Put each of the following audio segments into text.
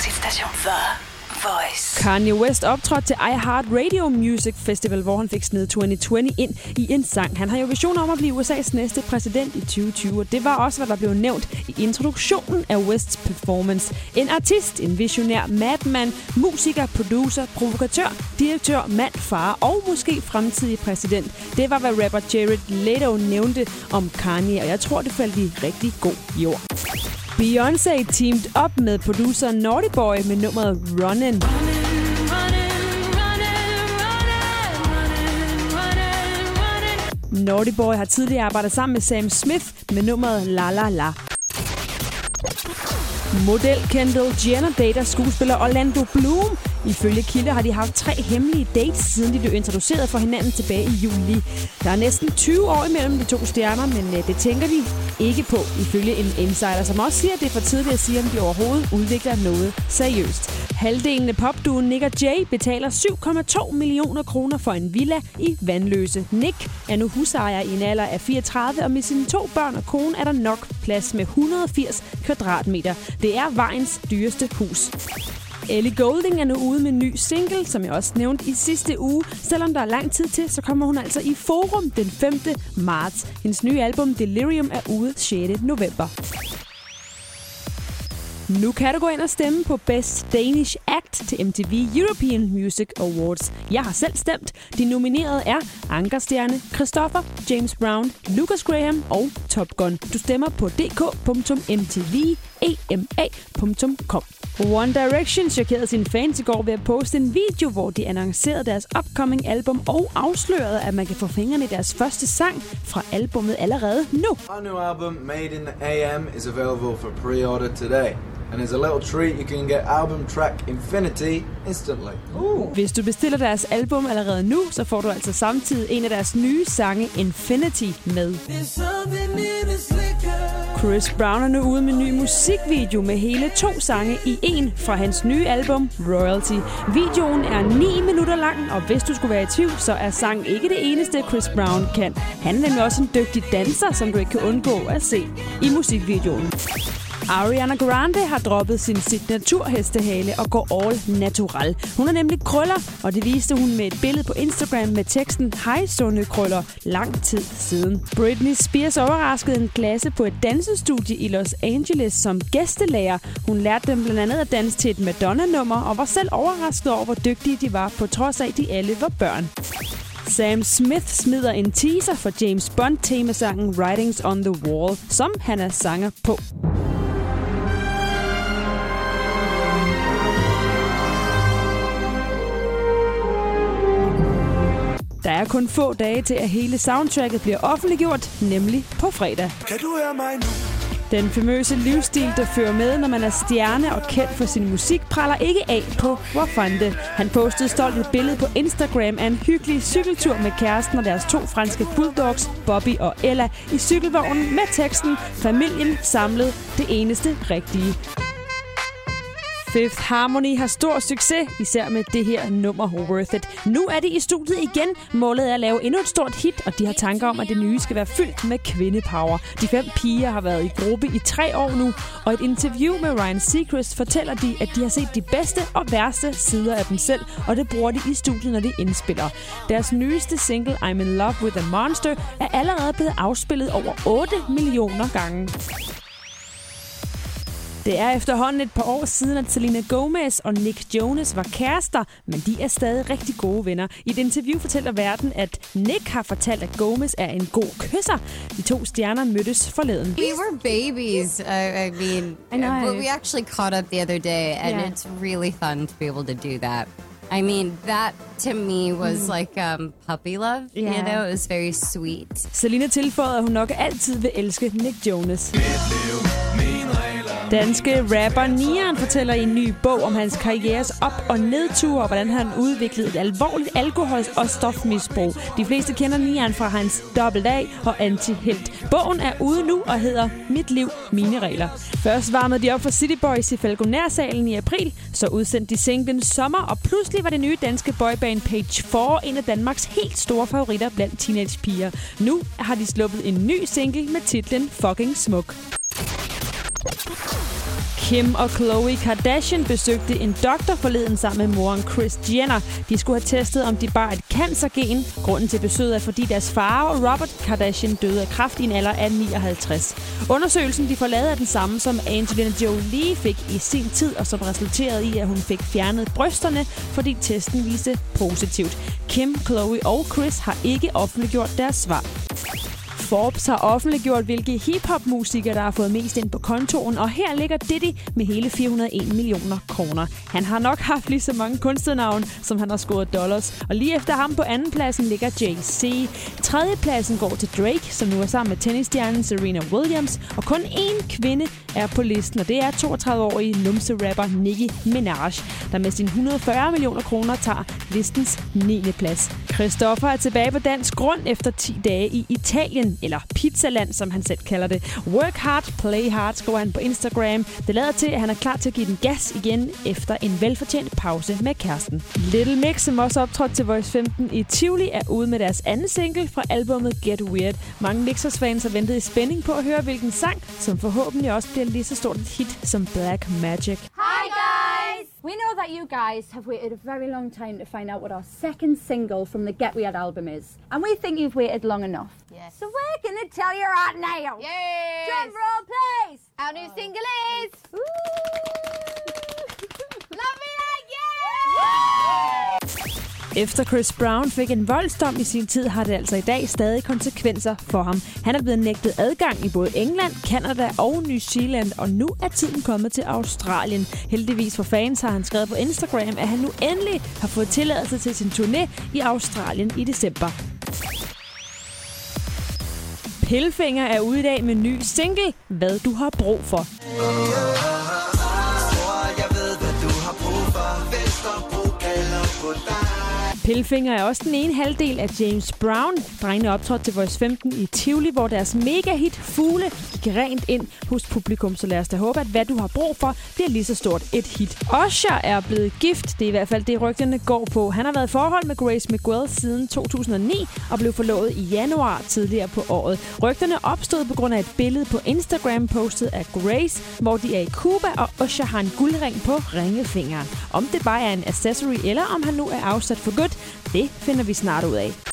Danmarks hitstation. The Voice. Kanye West optrådte til iHeartRadio Music Festival, hvor han fik snedet 2020 ind i en sang. Han har jo visioner om at blive USA's næste præsident i 2020, og det var også, hvad der blev nævnt i introduktionen af Wests performance. En artist, en visionær madman, musiker, producer, provokatør, direktør, mand, far og måske fremtidig præsident. Det var, hvad rapper Jared Leto nævnte om Kanye, og jeg tror, det faldt i rigtig god jord. Beyoncé teamed op med producer Naughty Boy med nummeret Runnin'. Naughty Boy har tidligere arbejdet sammen med Sam Smith med nummeret La La La. Model Kendall Jenner dater skuespiller Orlando Bloom. Ifølge kilder har de haft 3 hemmelige dates, siden de blev introduceret for hinanden tilbage i juli. Der er næsten 20 år imellem de to stjerner, men det tænker de ikke på, ifølge en insider, som også siger, at det er for tidligt at sige, om de overhovedet udvikler noget seriøst. Halvdelen af popduoen Nick og Jay betaler 7,2 millioner kroner for en villa i Vanløse. Nick er nu husejer i en alder af 34, og med sine 2 børn og kone er der nok plads med 180 kvadratmeter. Det er vejens dyreste hus. Ellie Goulding er nu ude med en ny single, som jeg også nævnte i sidste uge. Selvom der er lang tid til, så kommer hun altså i Forum den 5. marts. Hendes nye album Delirium er ude 6. november. Nu kan du gå ind og stemme på Best Danish Act til MTV European Music Awards. Jeg har selv stemt. De nominerede er Ankerstjerne, Christopher, James Brown, Lucas Graham og Top Gun. Du stemmer på dk.mtvema.com. One Direction chokerede sine fans i går ved at poste en video, hvor de annoncerede deres upcoming album og afslørede, at man kan få fingrene i deres første sang fra albummet allerede nu. Our new album, Made in the AM, is available for pre-order today. And as a little treat, you can get album track Infinity instantly. Hvis du bestiller deres album allerede nu, så får du altså samtidig en af deres nye sange Infinity med. Chris Brown er nu ude med en ny musikvideo med hele 2 sange i en fra hans nye album Royalty. Videoen er 9 minutter lang, og hvis du skulle være i tvivl, så er sangen ikke det eneste, Chris Brown kan. Han er nemlig også en dygtig danser, som du ikke kan undgå at se i musikvideoen. Ariana Grande har droppet sin signaturhestehale og går all natural. Hun er nemlig krøller, og det viste hun med et billede på Instagram med teksten "Hej sunde krøller" lang tid siden. Britney Spears overraskede en klasse på et dansestudie i Los Angeles som gæstelærer. Hun lærte dem blandt andet at danse til et Madonna-nummer og var selv overrasket over, hvor dygtige de var, på trods af, at de alle var børn. Sam Smith smider en teaser for James Bond-temasangen Writings on the Wall, som han er sanger på. Der er kun få dage til, at hele soundtracket bliver offentliggjort, nemlig på fredag. Kan du høre mig nu? Den famøse livsstil, der fører med, når man er stjerne og kendt for sin musik, praller ikke af på Wafande. Han postede stolt et billede på Instagram af en hyggelig cykeltur med kæresten og deres 2 franske bulldogs, Bobby og Ella, i cykelvognen med teksten "Familien samlet, det eneste rigtige". Fifth Harmony har stor succes, især med det her nummer Worth It. Nu er de i studiet igen. Målet er at lave endnu et stort hit, og de har tanker om, at det nye skal være fyldt med kvindepower. De 5 piger har været i gruppe i 3 år nu, og i et interview med Ryan Seacrest fortæller de, at de har set de bedste og værste sider af dem selv, og det bruger de i studiet, når de indspiller. Deres nyeste single, I'm in Love with a Monster, er allerede blevet afspillet over 8 millioner gange. Det er efterhånden et par år siden, at Selena Gomez og Nick Jonas var kærester, men de er stadig rigtig gode venner. I et interview fortæller verden, at Nick har fortalt, at Gomez er en god kysser. De 2 stjerner mødtes forleden. We were babies. I mean, but we actually caught up the other day, and it's really fun to be able to do that. I mean, that to me was like puppy love, you know, it was very sweet. Selena tilføjede, at hun nok altid vil elske Nick Jonas. Danske rapper Nian fortæller i en ny bog om hans karrieres op- og nedture, og hvordan han udviklede et alvorligt alkohol- og stofmisbrug. De fleste kender Nian fra hans AA og Anti-Helt. Bogen er ude nu og hedder Mit liv, mine regler. Først varmede de op for City Boys i Falconer-salen i april, så udsendte de singlen Sommer, og pludselig var det nye danske boyband Page 4 en af Danmarks helt store favoritter blandt teenagepiger. Nu har de sluppet en ny single med titlen Fucking Smuk. Kim og Khloe Kardashian besøgte en doktor forleden sammen med moren Kris Jenner. De skulle have testet, om de bar et cancergen. Grunden til besøget er, fordi deres far, Robert Kardashian, døde af kræft i en alder af 59. Undersøgelsen, de får lavet, er den samme, som Angelina Jolie fik i sin tid, og som resulterede i, at hun fik fjernet brysterne, fordi testen viste positivt. Kim, Khloe og Kris har ikke offentliggjort deres svar. Forbes har offentliggjort, hvilke hiphop-musikere, der har fået mest ind på kontoen, og her ligger Diddy med hele 401 millioner kroner. Han har nok haft lige så mange kunstnernavne, som han har scoret dollars, og lige efter ham på andenpladsen ligger Jay-Z. Tredjepladsen går til Drake, som nu er sammen med tennisstjernen Serena Williams, og kun én kvinde er på listen, og det er 32-årige numse-rapper Nicki Minaj, der med sine 140 millioner kroner tager listens 9. plads. Christoffer er tilbage på dansk grund efter 10 dage i Italien, eller Pizzaland, som han selv kalder det. Work hard, play hard, skriver han på Instagram. Det lader til, at han er klar til at give den gas igen efter en velfortjent pause med kæresten. Little Mix, som også optrådte til Voice 15 i Tivoli, er ude med deres anden single fra albumet Get Weird. Mange Mixers-fans har ventet i spænding på at høre, hvilken sang, som forhåbentlig også bliver lige så stort et hit som Black Magic. Hi guys! We know that you guys have waited a very long time to find out what our second single from the Get Weird album is. And we think you've waited long enough. Yes. So we're going to tell you right now. Yes! Drum roll, please! Our new single is... Love Me Like You! Efter Chris Brown fik en voldsdom i sin tid, har det altså i dag stadig konsekvenser for ham. Han er blevet nægtet adgang i både England, Canada og New Zealand, og nu er tiden kommet til Australien. Heldigvis for fans har han skrevet på Instagram, at han nu endelig har fået tilladelse til sin turné i Australien i december. Pilfinger er ude i dag med en ny single, Hvad du har brug for. Pilfinger er også den ene halvdel af James Brown. Drengene optrådte til Voice 15 i Tivoli, hvor deres mega-hit Fugle gik rent ind hos publikum. Så lad os da håbe, at hvad du har brug for, bliver lige så stort et hit. Usher er blevet gift. Det er i hvert fald det, rygterne går på. Han har været i forhold med Grace Miguel siden 2009 og blev forlovet i januar tidligere på året. Rygterne opstod på grund af et billede på Instagram postet af Grace, hvor de er i Cuba, og Usher har en guldring på ringefingeren. Om det bare er en accessory, eller om han nu er afsat for godt, det finder vi snart ud af.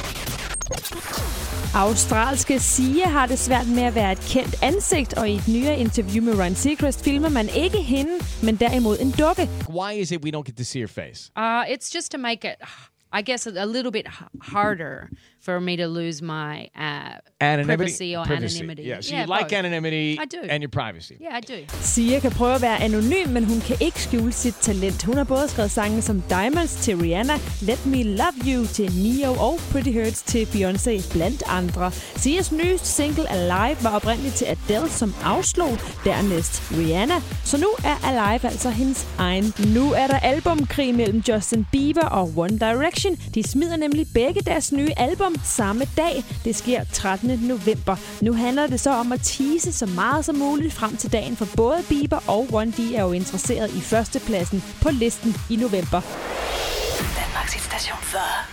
Australske Sia har det svært med at være et kendt ansigt, og i et nyere interview med Ryan Seacrest filmer man ikke hende, men derimod en dukke. Why is it we don't get to see her face? It's just to make it, I guess, a little bit harder for me to lose my privacy or anonymity. Yeah, so you like both. Anonymity and your privacy. Yeah, I do. Sia kan prøve at være anonym, men hun kan ikke skjule sit talent. Hun har både skrevet sange som Diamonds til Rihanna, Let Me Love You til Neo og Pretty Hurts til Beyoncé, blandt andre. Sias nyeste single Alive var oprindeligt til Adele, som afslog dernæst Rihanna. Så nu er Alive altså hendes egen. Nu er der albumkrig mellem Justin Bieber og One Direction. De smider nemlig begge deres nye album samme dag. Det sker 13. november. Nu handler det så om at tease så meget som muligt frem til dagen, for både Bieber og One D er jo interesseret i førstepladsen på listen i november. Danmarks station 40.